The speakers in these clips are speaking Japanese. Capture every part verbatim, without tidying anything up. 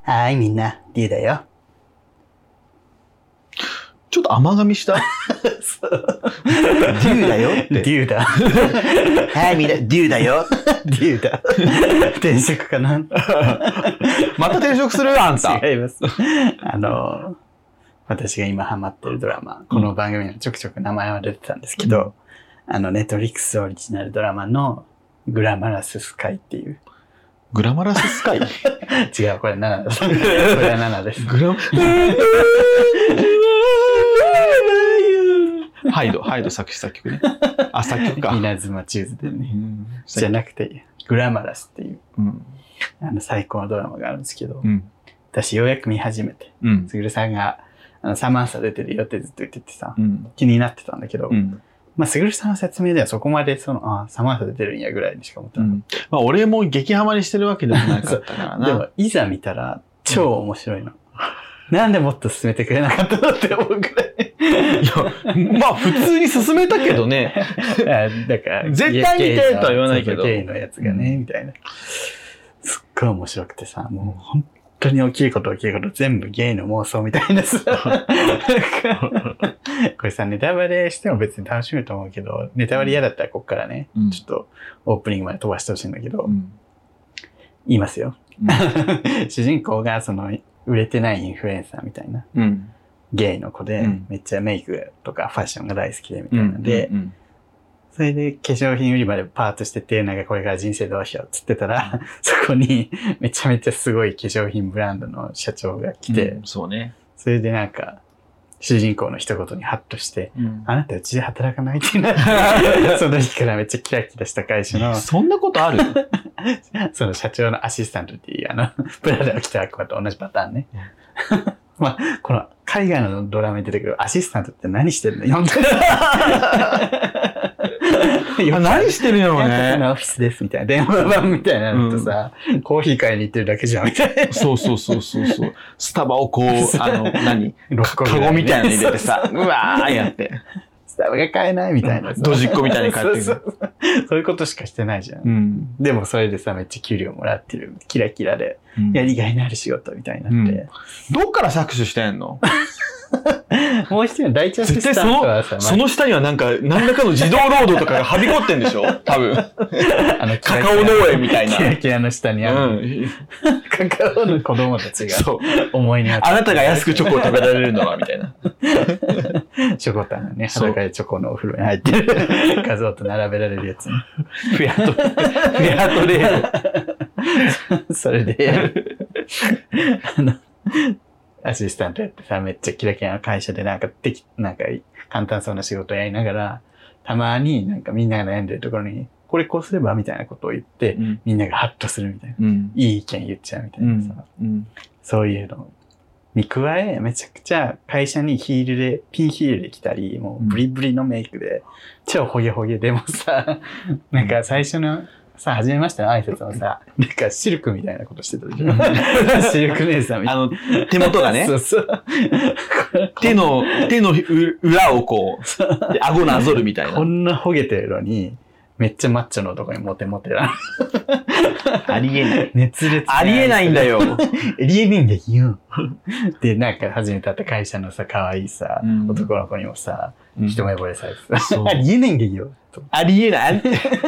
はーいみんな、リュウだよ。 ちょっと甘噛みした。 そう。 デューだよって。 デュウだ。はいみんな、デュウだよ。デュウだ。転職かなまた転職するあんた。 違います。あの、私が今ハマってるドラマ、この番組にちょくちょく名前は出てたんですけど、うん、あの、ネットフリックスオリジナルドラマのグラマラススカイっていう。 グラマラススカイ違う、これななです。これはななです。 グラハイド、ハイド作詞作曲ね。あ、作曲か。 稲妻チューズでね。じゃなくて、グラマラスっていう、うん、あの最高のドラマがあるんですけど、うん、私ようやく見始めて、うん、すぐるさんがあのサマンサ出てるよってずっと言っててさ、うん、気になってたんだけど、うん、まあすぐるさんの説明ではそこまでその、あ、サマンサ出てるんやぐらいにしか思ってなかった。うん、 まあ俺も激ハマりしてるわけでもなかったからな。 でもいざ見たら超面白いの。うんなんでもっと進めてくれなかったのって思うくらい。 いや、まあ普通に進めたけどね。 だから絶対見てとは言わないけど。 ゲイのやつがね、みたいな。すっごい面白くてさ、もう本当に起きること起きること全部ゲイの妄想みたいなさ。これさ、ネタバレしても別に楽しめると思うけど、ネタバレ嫌だったらこっからね、うん、ちょっとオープニングまで飛ばしてほしいんだけど、うん、言いますよ。うん、主人公がその、売れてないインフルエンサーみたいな、うん、ゲイの子で、うん、めっちゃメイクとかファッションが大好きでみたいなので、うんうんうん、それで化粧品売り場でパートしてて、なんかこれから人生どうしようっつってたら、そこにめちゃめちゃすごい化粧品ブランドの社長が来て、 うん、そうね。 それでなんか、主人公の一言にハッとして、うん、あなたうちで働かないってなって、その日からめっちゃキラキラした会社の。 そんなことあるその社長のアシスタントっていう、あの、プラダを着た子と同じパターンね。まあ、この海外のドラマに出てくるアシスタントって何してるの読んでる何してるんやろうね。 オフィスですみたいな。電話番みたいなのとさ、うん、コーヒー買いに行ってるだけじゃんみたいな。 そうそうそうそうそう。スタバをこう、あの、何カゴみたいなの入れてさ、うわーやって。 スタバが買えないみたいな。 ドジっ子みたいに買ってるそうそうそう。そういうことしかしてないじゃん。うん、でもそれでさ、めっちゃ給料もらってる。キラキラで。うん、やりがいのある仕事みたいになって。うん、 どっから搾取してんのもう一人の第一アシスタントはさ、 その下にはなんか、何らかの児童労働とかがはびこってんでしょ多分。あの、カカオ農園みたいな。 キラキラの下にある。うん、カカオの子供たちが。そう。思いにあって。 あなたが安くチョコを食べられるのは、みたいな。 チョコタンのね、裸でチョコのお風呂に入ってる画像と並べられるやつね。 フェアト、フェアトレード。それでやる。あの、アシスタントやってさ、めっちゃキラキラな会社でなんかでき、なんか簡単そうな仕事をやりながら、たまになんかみんなが悩んでるところに、これこうすればみたいなことを言って、うん、みんながハッとするみたいな、うん。いい意見言っちゃうみたいなさ、うんうん、そういうのに加え、めちゃくちゃ会社にヒールで、ピンヒールで来たり、もうブリブリのメイクで、超ホゲホゲでもさ、なんか最初の、さあ、始めましたよ、挨拶のさ、なんかシルクみたいなことしてたでしょ。シルク姉さんみたいな。 あの、手元がね。 そうそう。 手の、手の裏をこう、顎なぞるみたいな。 こんなほげてるのに、めっちゃマッチョの男にモテモテだ。 ありえない。 熱烈。 ありえないんだよ。 ありえないんだよ。で、なんか初めて会った会社のさ、可愛いさ、うん、男の子にもさ、うん、一目惚れされてさ、ありえないんだよ。 ありえない。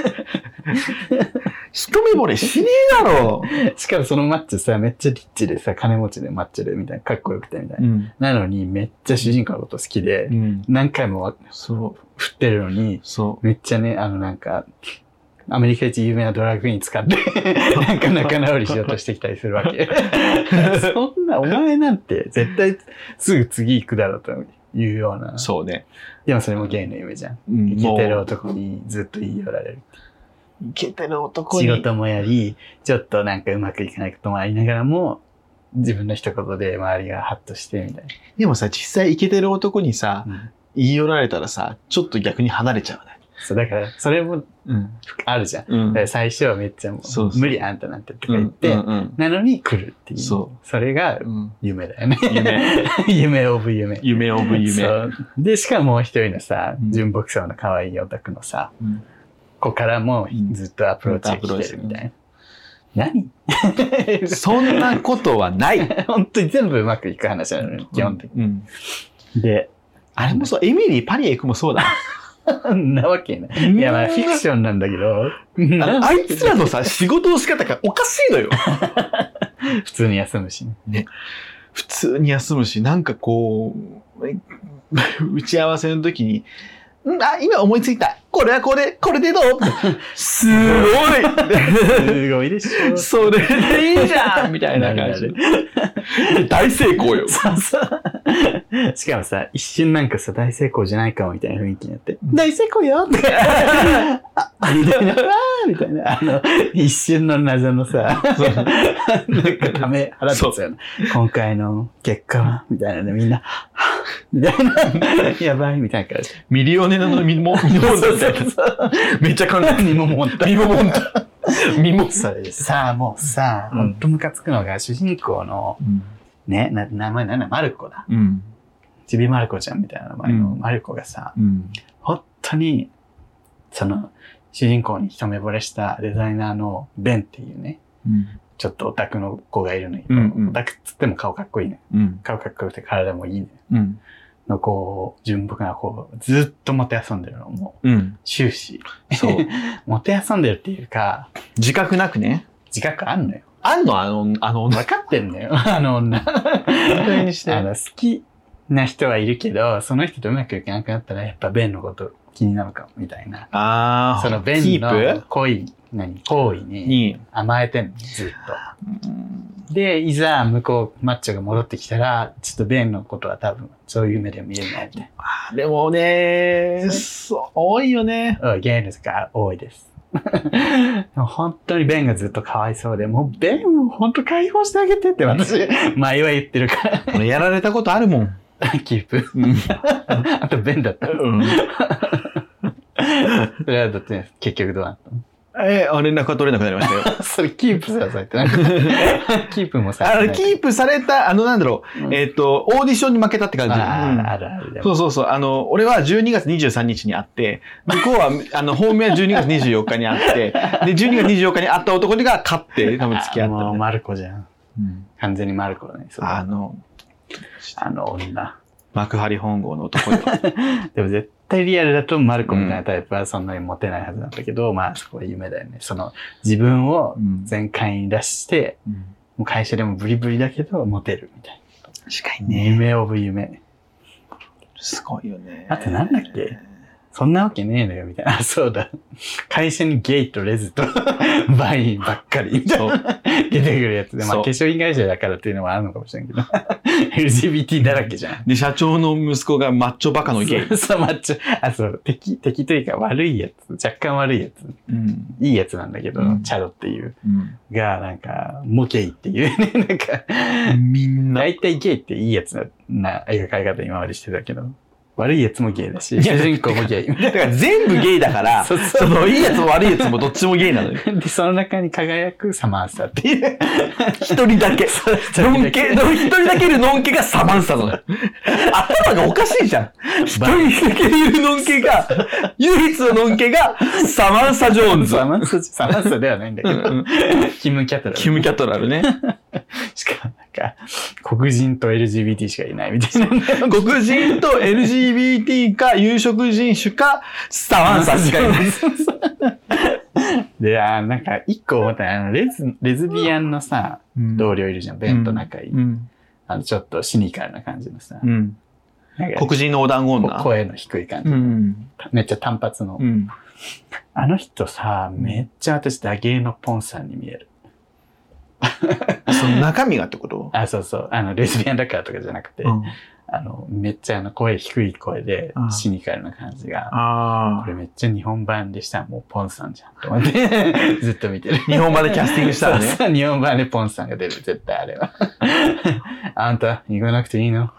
一目惚れしねえだろ。 しかもそのマッチョさ、めっちゃリッチでさ、金持ちでマッチョでみたいな、かっこよくてみたいな。うん、なのに、めっちゃ主人公のこと好きで、うん、何回もそう振ってるのに、そうめっちゃね、あのなんか、アメリカ一有名なドラッグに使って、なんか仲直りしようとしてきたりするわけ。そんな、お前なんて絶対すぐ次行くだろうというような。 そうね。 でもそれもゲイの夢じゃん。うん、イケてる男にずっと言い寄られる。 イケてる男に。仕事もやり、ちょっとなんかうまくいかないこともありながらも、自分の一言で周りがハッとしてみたいな。 でもさ、実際イケてる男にさ、うん、言い寄られたらさ、ちょっと逆に離れちゃうね。 そう、だから、それも、あるじゃん。うん、だから最初はめっちゃもう、そうそう無理あんたなんてとか言って、うんうんうん、なのに来るっていう。そう。それが、夢だよね。 夢。 夢オブ夢。 夢オブ夢。そう。 で、しかももう一人のさ、純朴そうな可愛いオタクのさ、うん、子からもずっとアプローチが来てるみたいな。 何そんなことはない。 本当に全部うまくいく話なのに、基本的に。 うんうん、で、 あれもそう、エミリー・パリへ行くもそうだ。 なわけない。いや、まあ、フィクションなんだけど。 あ, あいつらのさ、仕事の仕方がおかしいのよ。 普通に休むしね。 ね。普通に休むし、なんかこう、打ち合わせの時に、んあ、今思いついた。これはこれ、これでどうすごいすごいでしょ。 それでいいじゃんみたいな感じ。大成功よ。 そうそう。しかもさ、一瞬なんかさ、大成功じゃないかもみたいな雰囲気になって、大成功よって。あ、みたいな、わーみたいな。あの、一瞬の謎のさ、なんかため払ってたよね。今回の結果はみたいなね、みんな、みたいな、やばいみたいな感じ。 ミリオネなのに身も、身ももんだみたいな。めっちゃ考えて、 身ももんだ。 身ももんだ。身も。 それでさ、もうさ、ほんとムカつくのが主人公の、ね、な、名前なんだ、マルコだ。 うん。 ちびまる子ちゃんみたいな名前のマルコがさ、 うん、 本当に、その、主人公に一目惚れしたデザイナーのベンっていうね、うん、ちょっとオタクの子がいるのよ。うんうん、オタクっつっても顔かっこいいね。うん、顔かっこよくて体もいいね。うん、の子、純朴な子、ずっとモテ遊んでるの。もう、うん、終始。そう。モテ遊んでるっていうか、 自覚なくね。 自覚あんのよ。 あんのあの、あの女。分かってんのよ。あの女。本当にして。あの、好きな人はいるけど、その人とうまくいかなくなったら、やっぱベンのこと気になるかも、みたいな。 ああ。 そのベンの恋、何、行為に甘えてんの、ずっと。で、いざ向こう、マッチョが戻ってきたら、ちょっとベンのことは多分、そういう目で見れないみたいな。でもね、そう、多いよね。 ゲームが多いです。本当にベンがずっとかわいそうで、もうベンを本当解放してあげてって私、前は言ってるから。 俺やられたことあるもん。 キープ。うん、あとベンだった。うん、それはだって結局どうなったの？ えー、連絡が取れなくなりましたよ。 それキープされてなんかキープもさあの、キープされた、あの、なんだろう、うん、えっ、ー、と、オーディションに負けたって感じ。 あ、うん、あるある。 そうそうそう。あの、俺はじゅうにがつにじゅうさんにちに会って、向こうは、あの、本命はじゅうにがつにじゅうよっかに会って、で、じゅうにがつにじゅうよっかに会った男が勝って、多分付き合った、ね。 もうマルコじゃん。うん、完全にマルコだね。 あの、 あの女。 幕張本郷の男よ。 でも絶対リアルだとマルコみたいなタイプはそんなにモテないはずなんだけど、うん、まあそこは夢だよね。その自分を全開に出して、うん、もう会社でもブリブリだけどモテるみたいな。 確かにね。 夢オブ夢。 すごいよね。 あとなんだっけ？そんなわけねえのよ、みたいな。あ、そうだ。会社にゲイとレズとバインばっかり、みたいな。出てくるやつで。まあ、化粧品会社だからっていうのもあるのかもしれんけど。エルジービーティー だらけじゃん。 で、社長の息子がマッチョバカのゲイ。 そう、そうマッチョ。あ、そう、敵、敵というか悪いやつ。若干悪いやつ。うん、いいやつなんだけど、うん、チャロっていう。うん、が、なんか、もゲイっていうね。なんか、 みんな。 大体ゲイっていいやつな描かれ方今までしてたけど。悪いやつもゲイだし、主人公もゲイ。 だから全部ゲイだから、そ, そのいいやつも悪いやつもどっちもゲイなのよ。 で、その中に輝くサマンサっていう。 一人だけ。ノンケ、一人だけいるノンケがサマンサなのよ。頭がおかしいじゃん。一人だけいるノンケが、唯一のノンケがサマンサ・ジョーンズ。 サマンサ、サマンサではないんだけど。うんうん、キム・キャトラル。 キム・キャトラルね。 しかもなんか、黒人と エルジービーティー しかいないみたいな。 黒人と エルジービーティー か有色人種かサマンサしかいない。 で、あなんか一個思ったら、あのレズ、レズビアンのさ、うん、同僚いるじゃん、ベンと仲いい、うん。あの、ちょっとシニカルな感じのさ。うん、 なんか黒人の横断女。 声の低い感じ、うん。めっちゃ単発の。うん、あの人さ、めっちゃ私ダゲーのポンさんに見える。 その中身がってこと？ あ、そうそう。あの、レズビアンだからとかじゃなくて、うん、あの、めっちゃあの声低い声で、シニカルな感じが、あこれめっちゃ日本版でしたらもうポンさんじゃんと思って、ずっと見てる。 日本版でキャスティングしたらね。 そうそう、日本版でポンさんが出る、絶対あれは。あんた、行かなくていいの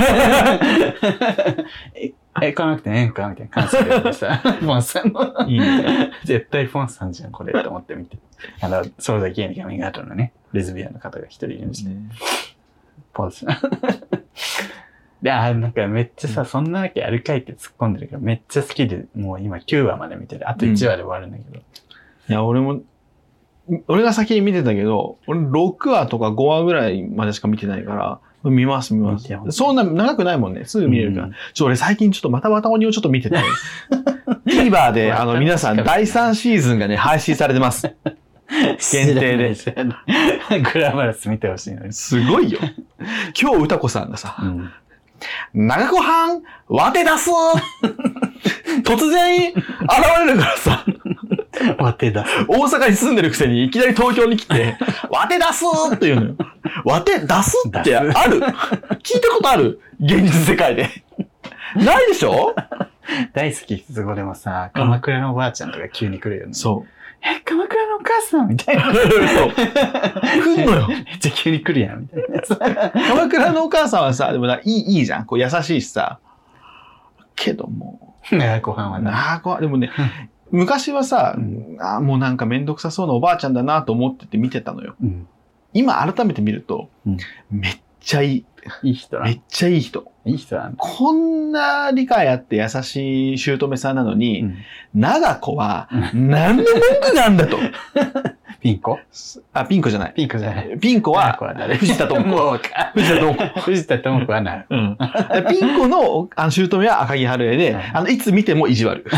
え、行かなくてええんかみたいな感じでさ、ポンさんの。いいね。絶対ポンさんじゃん、これ、と思って見て。あの、そうだ、ゲイにカミングアウトのね、レズビアンの方が一人いるんですけど、ね、ポンさん。で、あ、なんかめっちゃさ、そんなわけあるかいって突っ込んでるから、めっちゃ好きで、もう今きゅうわまで見てる。あといちわで終わるんだけど。 うん、いや、俺も、 俺が先に見てたけど、俺ろくわとかごわぐらいまでしか見てないから、見ます見ます。そんな長くないもんね。すぐ見れるから。うん、ちょ、俺最近ちょっとまたまた鬼をちょっと見てて。TVer で、あの、皆さんだいさんシーズンがね、配信されてます。限定で。 グラマラス見てほしいのに。 すごいよ。今日歌子さんがさ、うん、長子藩、わて出す突然現れるからさ、 わて出す。 大阪に住んでるくせにいきなり東京に来て、わて出すって言うのよ。わて出すってある？聞いたことある？現実世界で。ないでしょ？ 大好き、すごいでもさ、鎌倉のおばあちゃんとか急に来るよね。 そう。 え、鎌倉のお母さんみたいな。 そう。来んのよ。 めっちゃ急に来るやん、みたいな。 鎌倉のお母さんはさ、でもないい、いいじゃん。こう優しいしさ。けども。 長子はんはな。 長子は、でもね、昔はさ、うん、あもうなんかめんどくさそうなおばあちゃんだなと思ってて見てたのよ。うん、今改めて見ると、うん、めっちゃいい。 いい人な。 めっちゃいい人。 いい人なんだ。 こんな理解あって優しい姑さんなのに、うん、長子は何の文句があんだと。 ピンコあ、ピンコじゃない。 ピンコじゃない。 ピンコは、藤田智子。藤田智子。 藤田智子はない。 うん。ピンコの、あの、姑は赤木春江で、はい、あの、いつ見ても意地悪。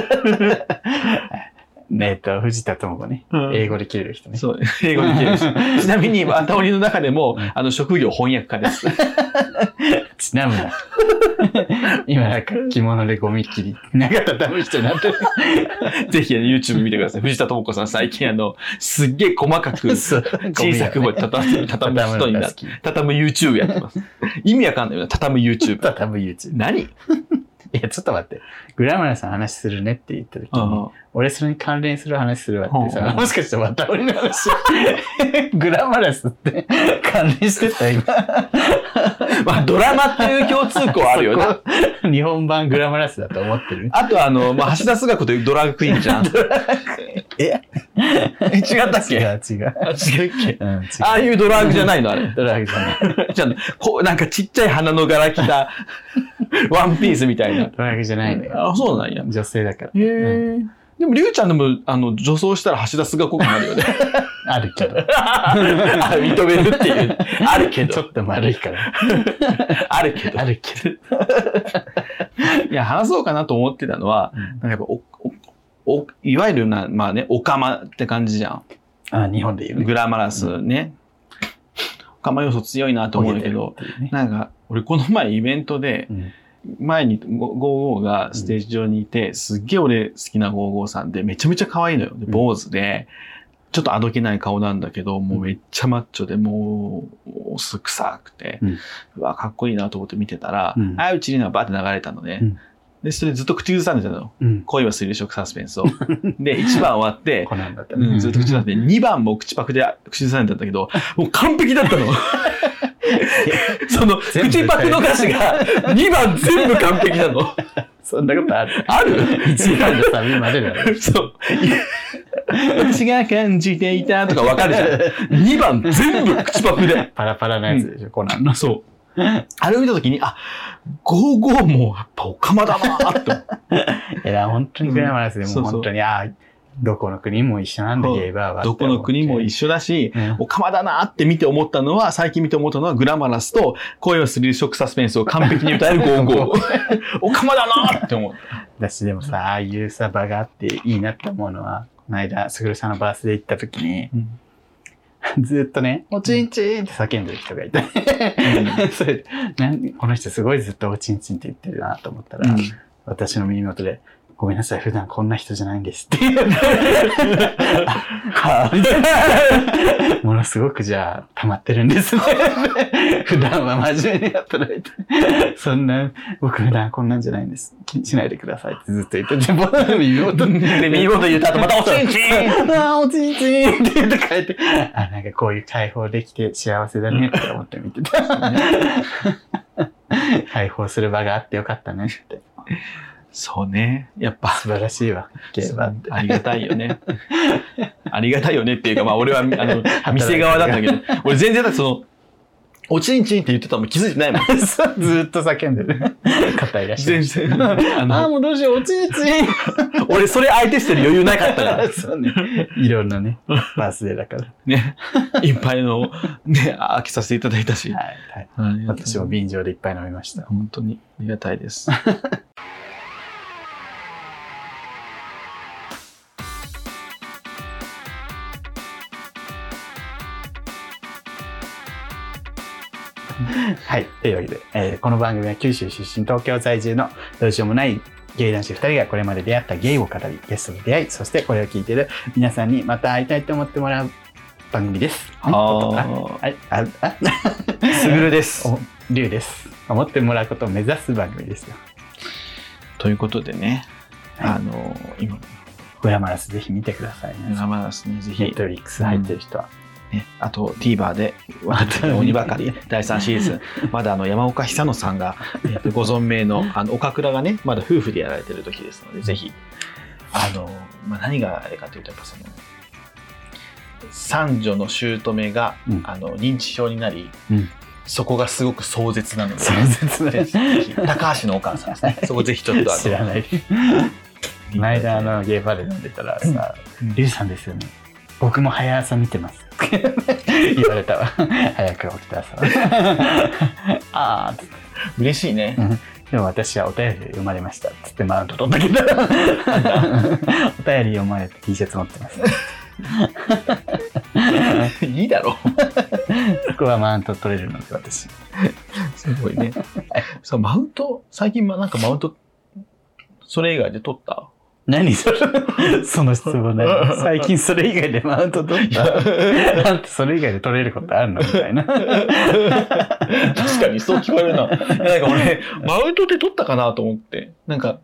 えっと、藤田智子ね、うん。英語で切れる人ね。 そう、英語で切れる人。ちなみに、ワタオリの中でも、あの、職業翻訳家です。 ちなむな。今なんか着物でゴミ切り、長畳む人になってる。 ぜひ、YouTube 見てください。藤田智子さん最近あの、すっげえ細かく、小さく畳む、畳む人になって、畳む YouTube やってます。意味わかんないよな、畳む YouTube。 畳む YouTube。 何いや、ちょっと待って。グラマラさん話するねって言った時に、俺それに関連する話するわってさ、もしかしてまた俺の話、グラマラスって関連してた今。 まあ、ドラマっていう共通項あるよな。 日本版グラマラスだと思ってる。 あとあの、まあ、橋田壽賀子というドラッグクイーンじゃん。ドラッグええ違ったっけ違う違う。 違うっけ、 うん、違うああいうドラッグじゃないのあれ。 ドラッグじゃない。 じゃあ、こう、なんかちっちゃい花の柄着たワンピースみたいな。 ドラッグじゃないのよ。 あ、そうなんや。 女性だから。 へえ、うん。でも、りゅうちゃんでも、あの、女装したら橋田壽賀子感あるよね。 あるけど。 認めるっていう。あるけど。 ちょっと丸いから。 あるけど。 あるけど。 いや、話そうかなと思ってたのは、うん、なんかやっぱおお、いわゆるな、まあね、オカマって感じじゃん。 あ、日本で言うね。 グラマラスね。オカマ要素強いなと思うけど、ね、なんか、俺この前イベントで、うん、前にゴーゴーがステージ上にいて、うん、すっげえ俺好きなゴーゴーさんで、めちゃめちゃ可愛いのよ。で坊主で、ちょっとあどけない顔なんだけど、もうめっちゃマッチョで、もう、すくさくて、うん、うわ、かっこいいなと思って見てたら、うん、あうちにはバーって流れたのね。うん、で、それずっと口ずさんでたの。うん、恋は推理食サスペンスを。で、いちばん終わって、うん、ずっと口ずさんで、にばんも口パクで口ずさんでたんだけど、もう完璧だったの。その、口パクの歌詞がにばん全部完璧なの。 そんなことあるある ? いち 番のサビまでだろ。 そう。私が感じていたとかわかるじゃん。にばん全部口パクで。 パラパラなやつでしょ、うん、コナンの。 そう。あれを見たときに、あ、ゴーゴーもやっぱオカマだなーって。 いや、本当にグラマラスでもう本当に、ああ、どこの国も一緒なんだ、ゲイバーは。 どこの国も一緒だし、うん、オカマだなって見て思ったのは、最近見て思ったのはグラマラスと恋をするショックサスペンスを完璧に歌えるゴーゴー。オカマだなって思った。 だし、でもさ、ああいうさ、場があっていいなって思うのは、この間、すぐるさんのバースデー行った時に、うん、ずっとね、おちんちんって叫んでる人がいた。うん、それなんこの人すごいずっとおちんちんって言ってるなと思ったら、うん、私の耳元で、ごめんなさい、普段こんな人じゃないんですって。はぁ、ものすごくじゃあ、溜まってるんですね。普段は真面目に働いて。そんな、僕普段こんなんじゃないんです。気にしないでくださいってずっと言ってて、耳元で、耳元言った後またおちんちんああ、おちんちんって言って帰って、あ、なんかこういう解放できて幸せだねって思って見てた。解放する場があってよかったねって。 そうね。やっぱ。 素晴らしいわ。 ありがたいよね。ありがたいよねっていうか、まあ俺は、あの、店側だったけど、俺全然だってその、 おちんちんって言ってたのも気づいてないもん。 ずーっと叫んでる。肩いらっしゃる。 全然。あのああ、もうどうしよう、おちんちん。 俺それ相手してる余裕なかったから。 そうね。いろんなね、バースデーだから。 ね。いっぱいの、ね、開けさせていただいたし。 はいはい。 はい私も便乗でいっぱい飲みました。 本当にありがたいです。 はい。というわけで、えーこの番組は九州出身、東京在住のどうしようもないゲイ男子ふたりがこれまで出会ったゲイを語り、ゲストと出会い、そしてこれを聞いている皆さんにまた会いたいと思ってもらう番組です。 あーはい。あ、あ、 すぐるです。 お、りゅうです。思ってもらうことを目指す番組ですよ。 ということでね、 はいあの、今、 グラマラスぜひ見てくださいね。 ガマラスね、ぜひネッ、トフリックス入ってる人は。 ね、あと TVer で、私の鬼ばかりだいさんシーズン、まだあの山岡久乃さんが、えっとご存命のあの岡倉がね、まだ夫婦でやられてる時ですので、ぜひ、あの、まあ、何があれかというと、やっぱその、三女の姑が、 うんあの認知症になり、 うん。 そこがすごく壮絶なので、 壮絶なぜひぜひ高橋のお母さんですね。そこぜひちょっとあの知らない。この間あのゲイバーで飲んでたらさ、 うんリュウさんですよね。僕も早朝見てます。言われたわ。早く起きた朝。ああ、 嬉しいね。 でも私はお便り読まれました。つってマウント取ったけど。お便り読まれて T シャツ持ってます。 いいだろそこはマウント取れるので私。 すごいね。さマウント、最近まなんかマウント、それ以外で取った何それその質問ね。最近それ以外でマウント取ったなんてそれ以外で取れることあるのみたいな。 確かにそう聞こえるな。なんか俺、マウントで取ったかなと思って。なんか、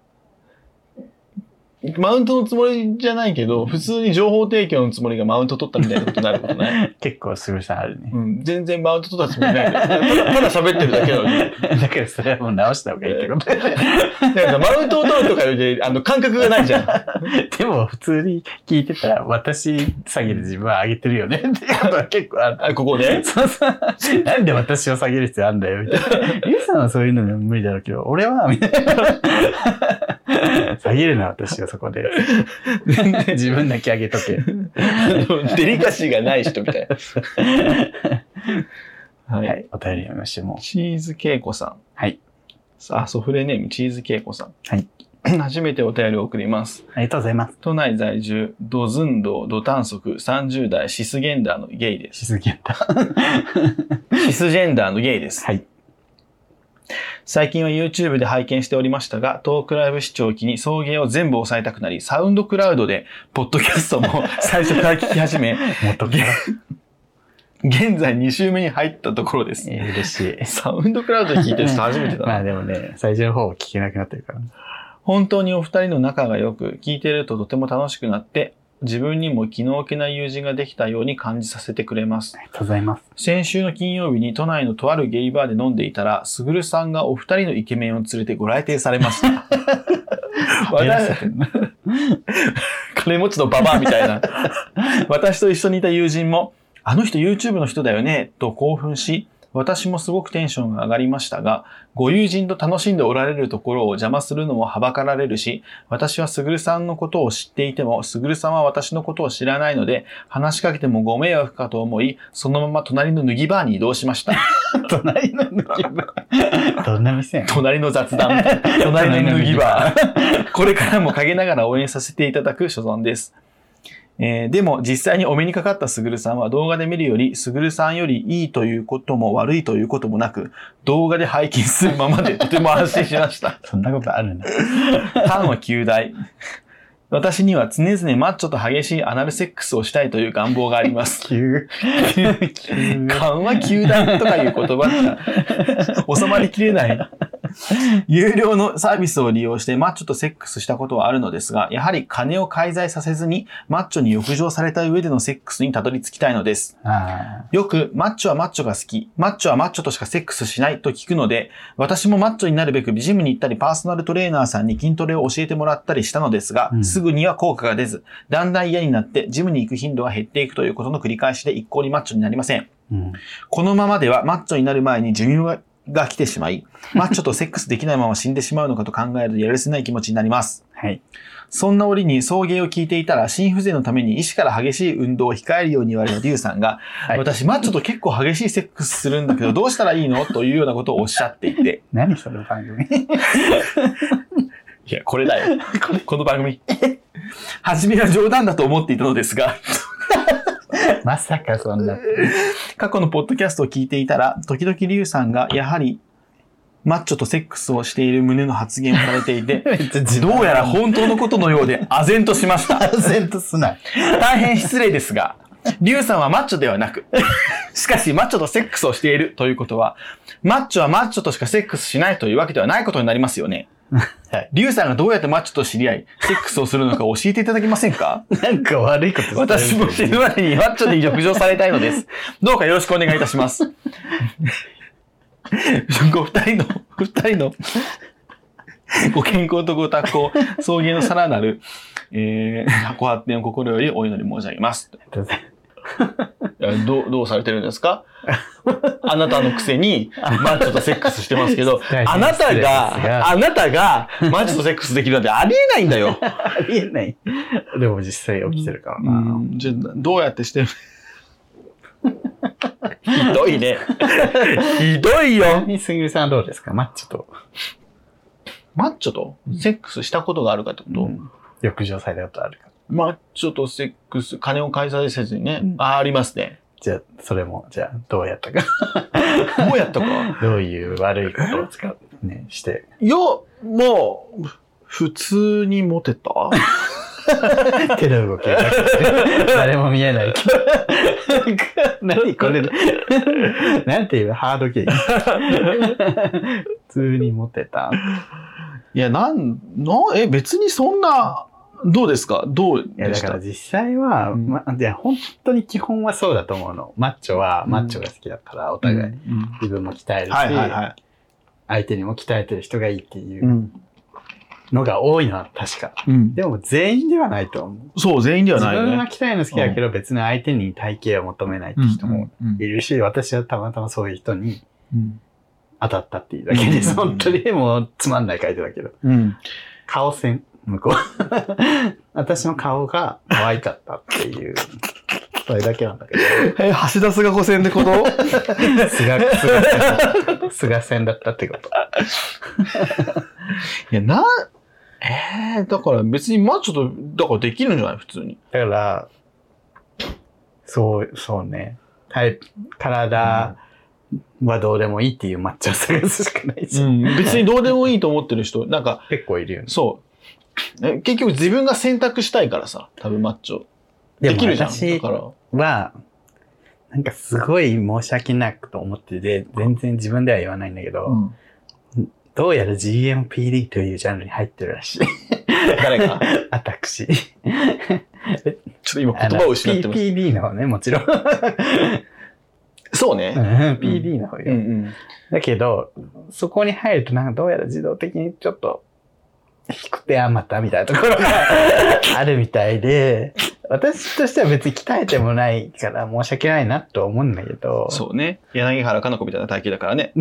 マウントのつもりじゃないけど、普通に情報提供のつもりがマウント取ったみたいなことになることない結構すぐさんあるね。 うん、全然マウント取ったつもりない。ただ、ただ喋ってるだけなのに。 だからそれはもう直した方がいいってこと。 なんかマウントを取るとかより、あの、感覚がないじゃん。 でも普通に聞いてたら私詐欺で自分は上げてるよねっていうことは結構ある。 あ、ここでそうそう。なんで私を下げる必要あるんだよみたいな。ゆうさんはそういうの無理だろうけど、俺はみたいな。下げるな私はそこで。自分だけ上げとけ。 デリカシーがない人みたいな。は。 はいい。お便り読みましょう。もう。 チーズケイコさん。 はい。 あ、ソフレネームチーズケイコさん。 はい。 初めてお便りを送ります。 ありがとうございます。 都内在住、ドズンド、ド短足、さんじゅう代、シスゲンダーのゲイです。 しすぎやった。 シスジェンダーのゲイです。 はい。 最近は YouTube で拝見しておりましたが、トークライブ視聴機に送迎を全部抑えたくなり、サウンドクラウドで、ポッドキャストも最初から聞き始め、 元から。 現在に週目に入ったところです。 えー嬉しい。 サウンドクラウドで聞いてる人初めてだな。 まあでもね、最初の方聞けなくなってるから。 本当にお二人の仲が良く、聞いてるととても楽しくなって、自分にも気の置けない友人ができたように感じさせてくれますあ。りがとうございます。 先週の金曜日に都内のとあるゲイバーで飲んでいたら、すぐるさんがお二人のイケメンを連れてご来店されました。私金持ちのババアみたいな。私と一緒にいた友人も、あの人 YouTube の人だよね、と興奮し、私もすごくテンションが上がりましたが、ご友人と楽しんでおられるところを邪魔するのもはばかられるし、私はすぐるさんのことを知っていても、すぐるさんは私のことを知らないので、話しかけてもご迷惑かと思い、そのまま隣の脱ぎバーに移動しました。 隣の脱ぎバー。どんな店やん。 隣の雑談。隣の脱ぎバー。これからも陰ながら応援させていただく所存です。えー、でも実際にお目にかかったすぐるさんは動画で見るよりすぐるさんよりいいということも悪いということもなく動画で拝見するままでとても安心しました。 そんなことあるんだ。 タンは及第。私には常々マッチョと激しいアナルセックスをしたいという願望があります。 急。急。 勘は及第とかいう言葉が収まりきれない。有料のサービスを利用してマッチョとセックスしたことはあるのですが、やはり金を介在させずにマッチョに浴場された上でのセックスにたどり着きたいのです。 あよくマッチョはマッチョが好き、マッチョはマッチョとしかセックスしないと聞くので、私もマッチョになるべくジムに行ったりパーソナルトレーナーさんに筋トレを教えてもらったりしたのですが、 うん、 すぐには効果が出ず、だんだん嫌になってジムに行く頻度が減っていくということの繰り返しで一向にマッチョになりません。 うん、 このままではマッチョになる前に寿命がが来てしまい、マッチョとセックスできないまま死んでしまうのかと考えるとやるせない気持ちになります。 はい。 そんな折に送迎を聞いていたら、心不全のために医師から激しい運動を控えるように言われたリュウさんが、はい、私、マッチョと結構激しいセックスするんだけど、どうしたらいいのというようなことをおっしゃっていて。 何その番組いや、これだよ。この番組。初めは冗談だと思っていたのですが。 まさかそんな。 過去のポッドキャストを聞いていたら、時々リュウさんがやはりマッチョとセックスをしている旨の発言をされていて、どうやら本当のことのようで唖然としました。 唖然とすな。 大変失礼ですが、リュウさんはマッチョではなく、しかしマッチョとセックスをしているということは、マッチョはマッチョとしかセックスしないというわけではないことになりますよね。はい、リュウさんがどうやってマッチョと知り合い、セックスをするのか教えていただけませんか？ なんか悪いこと。 私も死ぬまでにマッチョで浴場されたいのです。どうかよろしくお願いいたします。ご二人の、二人のご健康とご多幸、送迎のさらなる、えー、ご発展を心よりお祈り申し上げます。どう、どうされてるんですか？あなたのくせにマッチョとセックスしてますけど、あなたが、あなたがマッチョとセックスできるなんてありえないんだよ。 ありえない。でも実際起きてるからな。 うん、じゃあどうやってしてる？ひどいね。ひどいよ。 すぎるさんどうですか？マッチョと。 マッチョとセックスしたことがあるかってこと？うん、 浴場されたことあるか。 マッチョとセックス、金を介させずにね。うん、あ、ありますね。 じゃあ、それも、じゃあ、どうやったか。 どうやったかどういう悪いことを使う、ね、して。 いや、もう、普通にモテた手の動きが誰も見えないけど。何これ、なんていうハードゲーム。普通にモテた。 いや、なん、な、え、別にそんな、どうですか？どうでした？ いや、だから実際は、うん、ま、いや、本当に基本はそうだと思うの。マッチョは、マッチョが好きだから、お互い、うん、自分も鍛えるし、はいはいはい、相手にも鍛えてる人がいいっていうのが多いのは確か。うん、でも全員ではないと思う。 そう、全員ではない、ね。 自分は鍛えるの好きだけど、別に相手に体型を求めないって人もいるし、うんうんうん、私はたまたまそういう人に当たったっていうだけです。うん、本当にもうつまんない回答だけど。うん、顔線。向こう。私の顔が可愛かったっていう、それだけなんだけど。 え、橋田菅子線ってこと菅、菅、菅線だったってこと。 いや、な、えー、だから別にマッチョと、だからできるんじゃない普通に。 だから、そう、そうね。タイプ、体はどうでもいいっていうマッチョを探すしかないし。 うん、別にどうでもいいと思ってる人、なんか。 結構いるよね。 そう。結局自分が選択したいからさ、多分マッチョ。できるじゃん。 私は、なんかすごい申し訳なくと思ってて、全然自分では言わないんだけど、うん、どうやら ジーエムピーディー というジャンルに入ってるらしい。 誰が？ 私。ちょっと今言葉を失ってます。 ピーディー の方ね、もちろん。 そうね。 うん、ピーディー の方よ、うんうん。だけど、そこに入るとなんかどうやら自動的にちょっと、低くてあまたみたいなところがあるみたいで、私としては別に鍛えてもないから申し訳ないなと思うんだけど。 そうね。柳原かな子みたいな体型だからね。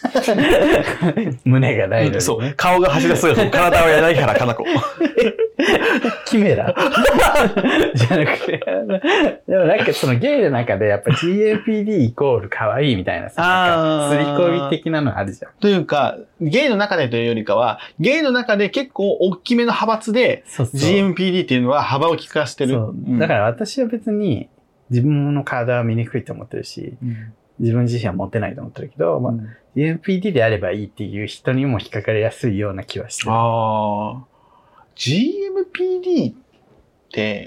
胸がないのに、ね、 そう。顔が走り出す体は柳原かな子。 キメラじゃなくて。でもなんかそのゲイの中でやっぱ ジーエーピーディー イコール可愛いみたいなさ、すり込み的なのあるじゃん。 というか、ゲイの中でというよりかは、ゲイの中で結構大きめの派閥で、そうそう ジーエムピーディー っていうのは幅を利かしてる。 そうだから私は別に自分の体は醜いと思ってるし、うん、自分自身は持てないと思ってるけど、まあうん、ジーエムピーディー であればいいっていう人にも引っかかりやすいような気はしてる。 ああ。ジーエムピーディー って、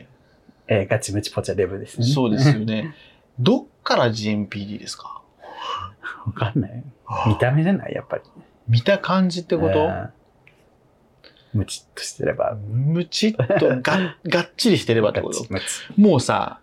えー、ガチムチポチャデブですね。 そうですよね。どっから ジーエムピーディー ですか？ わかんない。見た目じゃないやっぱり。 見た感じってこと？ ムチッとしてれば。 ムチッとが、がっちりしてればってこと？もうさ、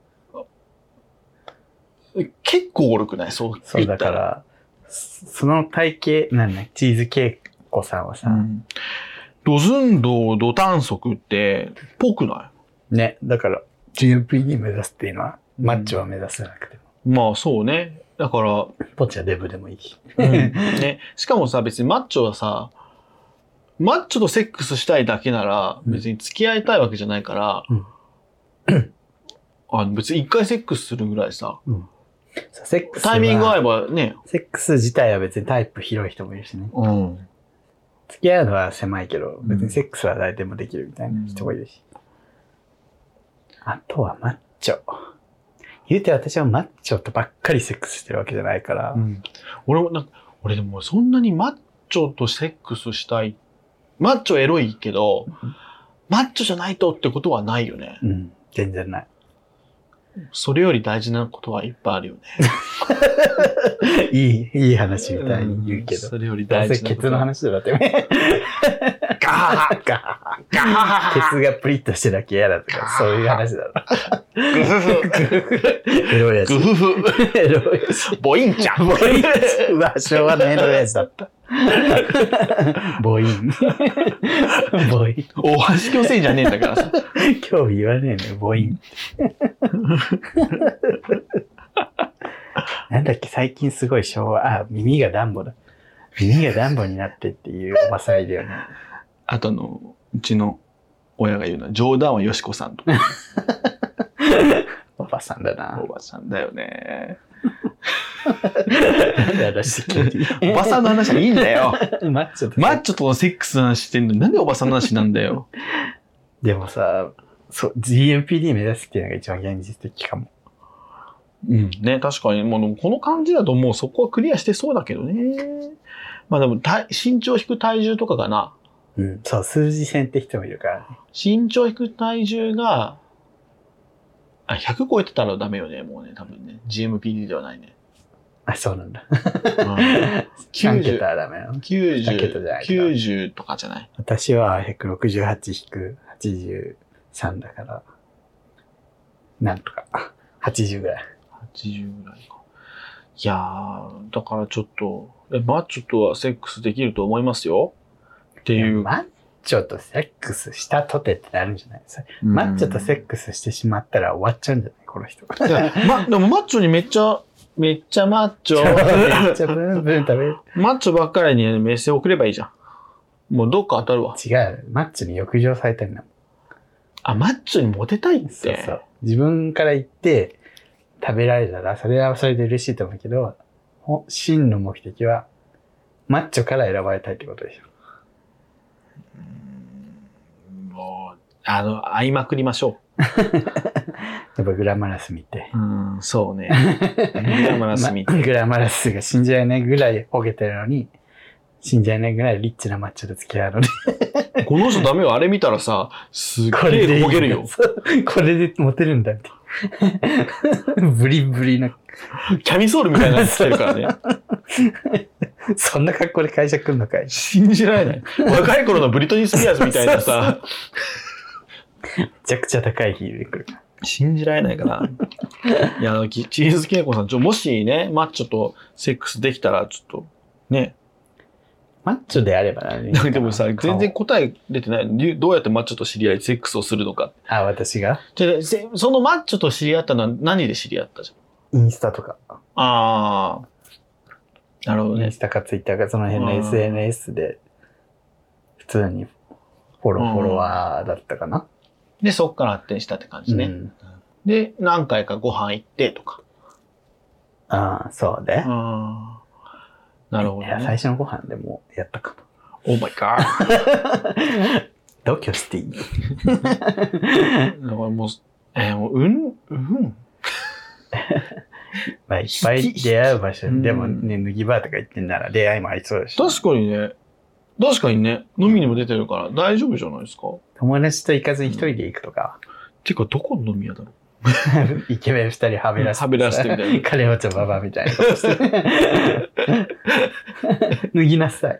結構おるくない？そう言ったら。 そうだから、その体型、なんだ、チーズケーコさんはさ、うん、 ドズンドド短足って、ぽくない？ ね。だから、ジーエムピーディー 目指すっていうのは、マッチョは目指せなくても。 まあそうね。だから、 ポチはデブでもいいし。 うん、ね。しかもさ、別にマッチョはさ、マッチョとセックスしたいだけなら、別に付き合いたいわけじゃないから、うん、あ別に一回セックスするぐらいさ、うん、 セックスタイミング合えばね。 セックス自体は別にタイプ広い人もいるしね。うん、付き合うのは狭いけど、別にセックスは誰でもできるみたいな人もいるし。うん、あとはマッチョ。言うて私はマッチョとばっかりセックスしてるわけじゃないから。うん、 俺もなんか、俺でもそんなにマッチョとセックスしたい。マッチョエロいけど、うん、マッチョじゃないとってことはないよね。 うん、全然ない。 それより大事なことはいっぱいあるよね。 いい、いい話みたいに言うけど。 うん、それより大事なこと。 ケツの話だってね。ガーガーガーケツがプリッとしてなきゃ嫌だとか、そういう話だろ。グフフ。エロいやつ。 グフフ。 エロいやつ。 ボインちゃん。 ボイン。うわ、昭和のエロいやつだった。ボイン。ボイン。 大橋巨泉じゃねえんだからさ。 興味言わねえのよ、ボイン。なんだっけ、最近すごい昭和、あ、耳がダンボだ。耳がダンボになってっていうおばさんいるよね。 あとの、うちの親が言うのは、冗談はよしこさんとか。 おばさんだな。 おばさんだよね。 なんで私おばさんの話はいいんだよ。 マッチョとマッチョとのセックスの話してんのになんでおばさんの話なんだよ。 でもさ、そう、ジーエムピーディー 目指すっていうのが一番現実的かも。 うん。ね、確かに。もうこの感じだともうそこはクリアしてそうだけどね。まあでも、身長引く体重とかかな。 うん。そう、数字線って人もいるからね。 身長引く体重が、あ、ひゃく超えてたらダメよね、もうね、多分ね。ジーエムピーディー ではないね。 あ、そうなんだ。 きゅうじゅう。 さん桁はダメなの？ きゅうじゅう。きゅうじゅうとかじゃない？ 私はひゃくろくじゅうはち引くはちじゅうさんだから、なんとか、はちじゅうぐらい。 はちじゅうぐらいか。いやー、だからちょっと、え、マッチョとはセックスできると思いますよっていう。 マッチョとセックスしたとてってなるんじゃないですか。マッチョとセックスしてしまったら終わっちゃうんじゃないこの人。 いや、ま、でもマッチョにめっちゃ、めっちゃマッチョ。 めっちゃブンブン食べる。 マッチョばっかりにメッセ送ればいいじゃん。もうどっか当たるわ。 違う。マッチョに欲情されたいんだもん。 あ、マッチョにモテたいって。 そうそう。自分から言って食べられたら、それはそれで嬉しいと思うけど、真の目的は、マッチョから選ばれたいってことでしょ。 うーん、もう、あの、会いまくりましょう。 やっぱグラマラス見て。 うん、そうね。グラマラス見て。 ま、グラマラスが信じられないぐらいほげてるのに、信じられないぐらいリッチなマッチョと付き合うのに。 この人ダメよ。あれ見たらさ、すっげえほげるよ。 これでモテるんだって。ブリブリの。 キャミソールみたいなの着てるからね。 そんな格好で会社来んのかい？ 信じられない。若い頃のブリトニー・スピアーズみたいなさ。 めちゃくちゃ高いヒールで来る。 信じられないかな。いや、チーズケイコさん、ちょ、もしね、マッチョとセックスできたら、ちょっと、ね。 マッチョであればな、ね。 でもさ、全然答え出てない。どうやってマッチョと知り合い、セックスをするのか。 あ、私が？ じゃそのマッチョと知り合ったのは何で知り合ったじゃん。インスタとか。 ああ。なるほどね。 インスタかツイッターかその辺の エスエヌエス で、普通にフォロー、フォロワーだったかな。 で、そっから発展したって感じね。うん、で、何回かご飯行ってとか。 ああ、そうで。 あなるほど、ね。 いや、最初のご飯でもやったかな。オーマイガー。 同居していいだからもう、えー、もう、うん、うん。 まあ、いっぱい出会う場所、でもね、脱ぎ場とか行ってんなら出会いもありそうだし、 ね。確かにね。確かにね。飲みにも出てるから大丈夫じゃないですか。 友達と行かずに一人で行くとか。 うん、てか、どこの飲み屋だろうイケメン二人はべらして。 はべらしてみたいな。 カレーお茶ババみたいなことして。脱ぎなさい。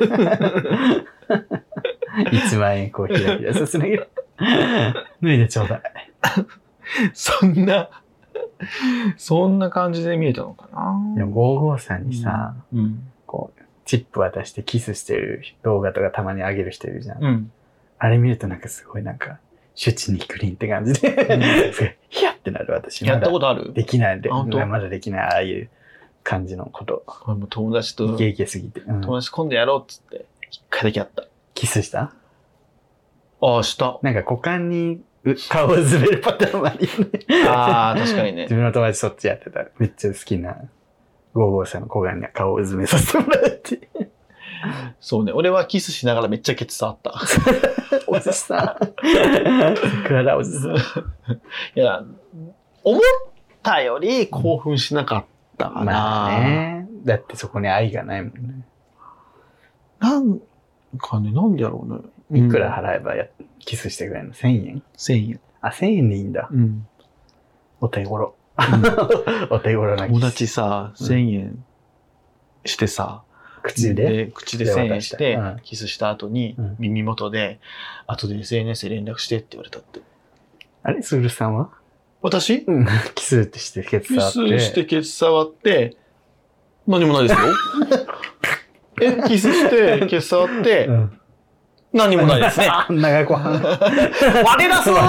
一万円こう開き出す。脱いでちょうだい。 そんな、そんな感じで見えたのかな。 でもごーごーさんにさ、うんうん、こう、チップ渡してキスしてる動画とかたまに上げる人いるじゃん。うん、あれ見るとなんかすごいなんか、シュチにクリーンって感じで、うん、やっってなる私。 やったことある？ できないで、 あ本当？ まだできない、ああいう感じのこと。 これもう友達と、 イケイケすぎて。うん、 友達今度やろうっつって、一回だけやった。 キスした？ ああ、した。 なんか股間に顔をずめるパターンもあるよね。 ああ、確かにね。 自分の友達そっちやってた。めっちゃ好きなゴーゴーさんの股間に顔をずめさせてもらうって。 そうね。俺はキスしながらめっちゃケツ触った。 おじさん。桜おじさん。いや、思ったより興奮しなかったかな。 まあね。だってそこに愛がないもんね。 なんかね、なんでやろうね。 いくら払えばやキスしてくれるの？せんえん？ せんえん。 あ、せんえんでいいんだ。 うん。 お手頃。お手頃なキス。 友達さ、せんえんしてさ、 口で口でせんえんして、 うん、 キスした後に、 うん、 耳元で、後で エスエヌエス で連絡してって言われたって。 あれスールさんは？ 私？ うん。キスってしてケツ触って。 キスしてケツ触って、何もないですよ。え、キスして、ケツ触って、うん、何もないですね。 長ご飯。わて出すーわて出すわ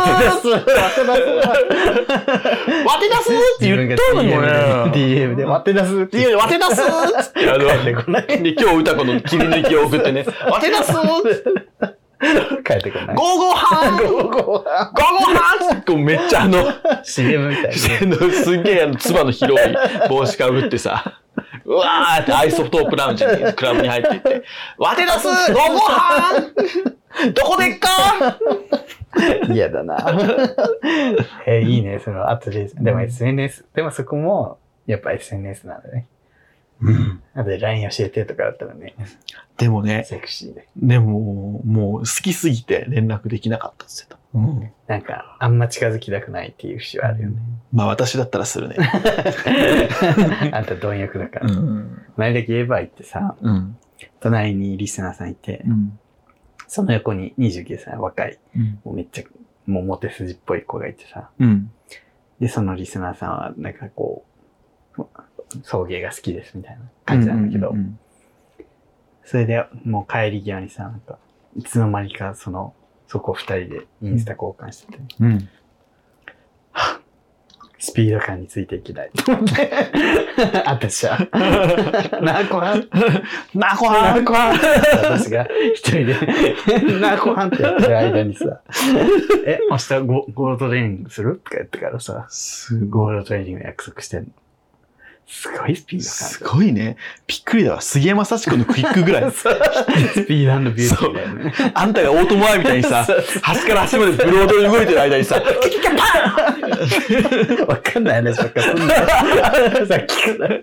て出すって言ったのにもね。 ディーエム でわて出すって。 わて出すって。あの、で、今日歌子の切り抜きを送ってね。わて出す帰ってこない。 ゴーゴーハンゴーゴーハンゴーゴーハンってめっちゃあの、 シーエム みたいな。 すげえあの、つばの広い帽子かぶってさ。うわーってアイソフトープラウンジにクラブに入っていって、わて出すゴーゴーハンどこでっか嫌だな。えー、いいね、その後で。でも エスエヌエス、でもそこも、やっぱ エスエヌエス なんだね。うん。あとで ライン 教えてとかだったらね。 でもね、 セクシーで。 でも、もう好きすぎて連絡できなかったって言ってた。 うん。なんか、あんま近づきたくないっていう節はあるよね。 うん、まあ私だったらするね。 あんた貪欲だから。うん、前だけ言えば行ってさ、うん、隣にリスナーさんいて、うん、その横ににじゅうきゅうさい若い、うん、もうめっちゃ、もうモテ筋っぽい子がいてさ、うん、で、そのリスナーさんはなんかこう、送迎が好きですみたいな感じなんだけど、うんうんうん、それでもう帰り際にさ、なんか、いつの間にかその、そこ二人でインスタ交換してて、うん、はスピード感についていけないと思って、私は、なあこはんなあこはんなあこはん私が一人で、なあこはんってやってる間にさ、え、明日ゴゴールドトレーニングするとか言ってからさ、ゴールドトレーニング約束してんの。すごいスピード感。 すごいね。びっくりだわ。杉山幸子のクイックぐらい。スピード&ビューティーだよね。 あんたがオートモアイみたいにさ、端から端までブロードに動いてる間にさ、キキキャパンわかんない話ばっかすんだよ。さっきから。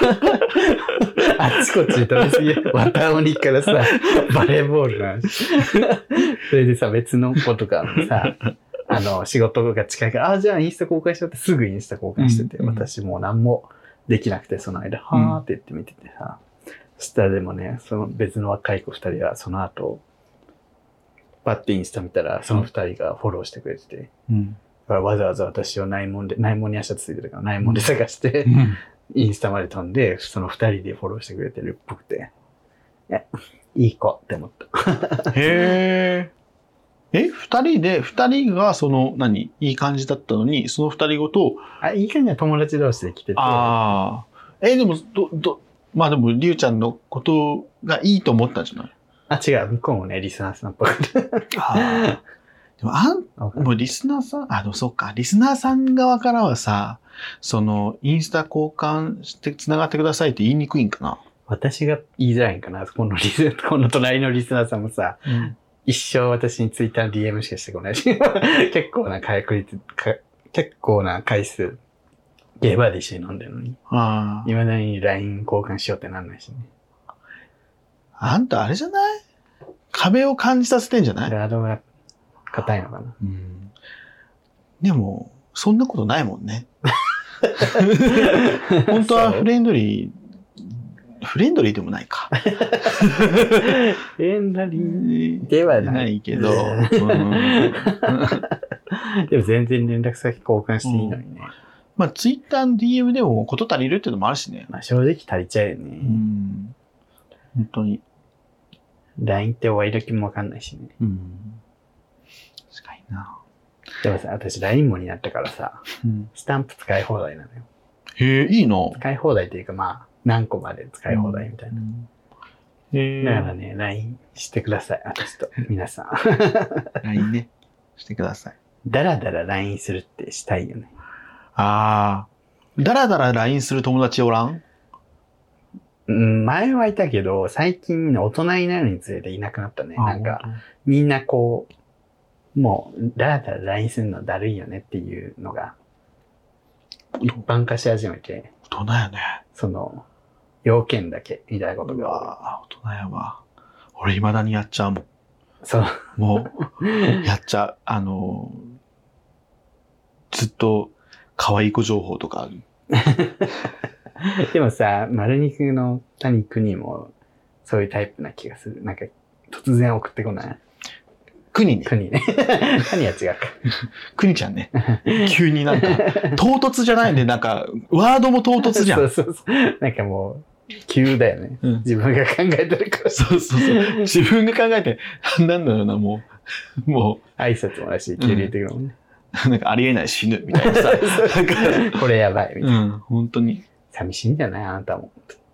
あっちこっち飛びすぎる。綿鬼からさ、バレーボールの話。それでさ、別の子とかもさ、あの、仕事が近いから、あ、じゃあインスタ公開しようってすぐインスタ公開してて、うん、私もう何もできなくて、その間、はーって言って見ててさ、うん、そしたらでもね、その別の若い子二人はその後、パッてインスタ見たら、その二人がフォローしてくれてて、うん、だからわざわざ私を内門で、内門に足ついてるから内門で探して、うん、インスタまで飛んで、その二人でフォローしてくれてるっぽくて、いや、いい子って思った。 へー。え、二人で、二人がその、何いい感じだったのに、その二人ごと、 あ、いい感じは友達同士で来てて。 ああ。え、でも、ど、ど、まあでも、りゅうちゃんのことがいいと思ったんじゃない？ あ、違う。向こうもね、リスナーさんっぽくて。ああ。でも、あん、もうリスナーさん、あ、でもそっか。リスナーさん側からはさ、その、インスタ交換して繋がってくださいって言いにくいんかな？ 私が言いづらいんかな？このリス、この隣のリスナーさんもさ、うん、一生私にツイッターの ディーエム しかしてこないし、結構な回数、結構な回数、ゲーバーで一緒に飲んでるのに。ああ。未だに ライン 交換しようってなんないしね。 あんたあれじゃない？壁を感じさせてんじゃない？ ガードが硬いのかな。うん。 でも、そんなことないもんね。本当はフレンドリー、フレンドリーでもないか。フレンドリーではない。 ないけど。うん、 でも全然連絡先交換していいのにね。うん、 まあ、ツイッターの ディーエム でもこと足りるっていうのもあるしね。 まあ、正直足りちゃうよね。うん。 本当に。 ライン って終わり時もわかんないしね。うん。 確かにな。 でもさ、私 ライン もになったからさ、 うん、 スタンプ使い放題なのよ。 へえ、いいな。 使い放題というか、まあ、何個まで使い放題みたいな。うん、へえ。だからね、ライン してください、私と。皆さん。 ライン ね。してください。 だらだら ライン するってしたいよね。 ああ。だらだら ライン する友達おらん？ うん、前はいたけど、最近大人になるにつれていなくなったね。なんか、みんなこう、もう、だらだら ライン するのだるいよねっていうのが、一般化し始めて。 大人やね。 その、要件だけ、みたいなことが。 うわ大人やわ。俺未だにやっちゃうもん。 そう。 もう、やっちゃう。あの、ずっと、可愛い子情報とかある。 でもさ、丸肉の谷国もそういうタイプな気がする。なんか突然送ってこない？ 国ね。 国ね。谷は違うか。 国ちゃんね。急になんか、唐突じゃないね。なんか、ワードも唐突じゃん。 そうそうそう。なんかもう、急だよね。うん、自分が考えてるから。 そうそうそう。自分が考えて、なんだろうな、もう、もう。 挨拶もらしい、急に言ってくるもんね。 うん、なんかありえない死ぬみたいなさ。なんかこれやばいみたいな。 うん、本当に。 寂しいんじゃないあなたも。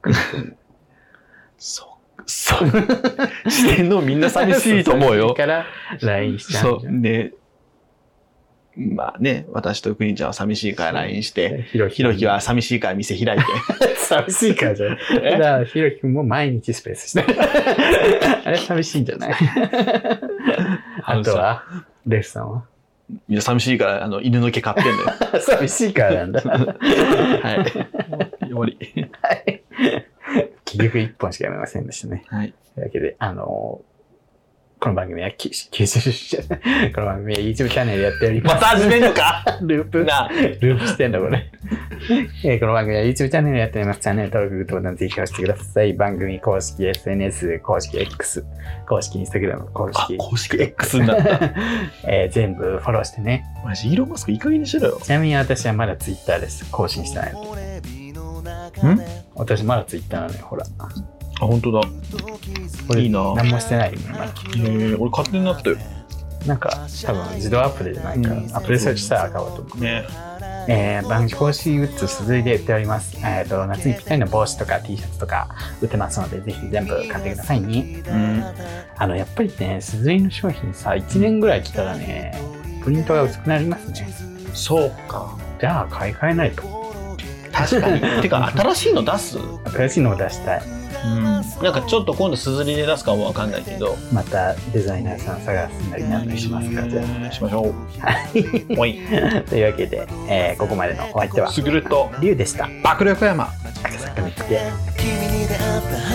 そう。そう。してんのみんな寂しいと思うよ。 だから ライン しちゃう。 そう。で、まあね、私とくにちゃんは寂しいから ライン して、ひろきは寂しいから店開いて。 寂しいからじゃない。だからひろきくんも毎日スペースして。あれ寂しいんじゃないあとは、レフさんはみんな寂しいから、あの、犬の毛買ってんだよ。 寂しいからなんだ。 はい。終わり。 はい。結局一本しか読めませんでしたね。 はい。 というわけで、あのー、この番組は、九州出身。この番組は YouTube チャンネルやっております。 また始めんのかループな。ループしてんだ、これ。えー、この番組は YouTube チャンネルやっております。チャンネル登録、グッドボタンぜひ押してください。番組公式 エスエヌエス、公式 X、公式 Instagram、公式。 公式 X になった。 えー、全部フォローしてね。 マジ、イーロンマスクいい加減にしろよ。 ちなみに私はまだ Twitter です。更新してないの。 ん私まだ Twitter なのよ、ほら。 あ、本当だ。いいな。 何もしてないよ、まだ。 へえ、俺勝手になったよ。 なんか、多分自動アップデートじゃないから、うん、アップデートしたら赤はと思う。 ね。 えー、番組公式グッズ、鈴井で売っております。えっ、ー、と、夏にぴったりの帽子とか T シャツとか売ってますので、ぜひ全部買ってくださいね。うん。あの、やっぱりね、鈴井の商品さ、いちねんぐらい着たらね、プリントが薄くなりますね。 そうか。 じゃあ、買い替えないと。 確かに。てか、新しいの出す？ 新しいのを出したい。 うん、なんかちょっと今度すずりで出すかもわかんないけど、 またデザイナーさん探すなりなんなりしますから、じゃあしましょう。はい。 というわけで、えー、ここまでのお相手はすぐるとりゅうでした。 爆力山赤坂見つけ。君に出会った